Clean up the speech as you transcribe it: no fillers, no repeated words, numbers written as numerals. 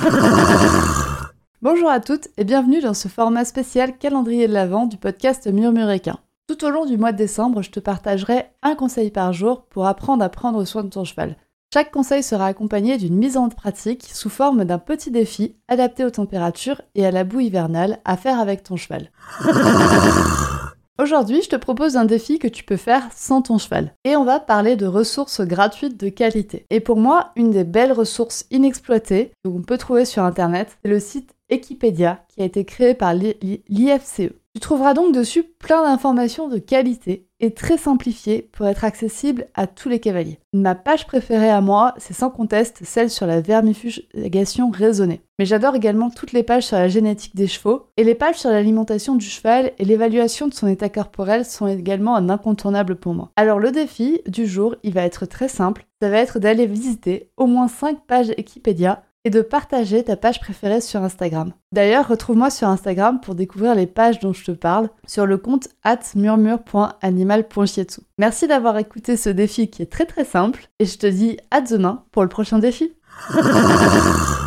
Bonjour à toutes et bienvenue dans ce format spécial calendrier de l'Avent du podcast Murmuréquin. Tout au long du mois de décembre, je te partagerai un conseil par jour pour apprendre à prendre soin de ton cheval. Chaque conseil sera accompagné d'une mise en pratique sous forme d'un petit défi adapté aux températures et à la boue hivernale à faire avec ton cheval. Aujourd'hui, je te propose un défi que tu peux faire sans ton cheval. Et on va parler de ressources gratuites de qualité. Et pour moi, une des belles ressources inexploitées qu'on peut trouver sur internet, c'est le site Equipedia qui a été créé par l'IFCE. Tu trouveras donc dessus plein d'informations de qualité et très simplifiées pour être accessible à tous les cavaliers. Ma page préférée à moi, c'est sans conteste celle sur la vermifugation raisonnée. Mais j'adore également toutes les pages sur la génétique des chevaux et les pages sur l'alimentation du cheval et l'évaluation de son état corporel sont également un incontournable pour moi. Alors le défi du jour, il va être très simple. Ça va être d'aller visiter au moins 5 pages Equipedia et de partager ta page préférée sur Instagram. D'ailleurs, retrouve-moi sur Instagram pour découvrir les pages dont je te parle sur le compte @murmure.animal.shiatsu. Merci d'avoir écouté ce défi qui est très très simple et je te dis à demain pour le prochain défi.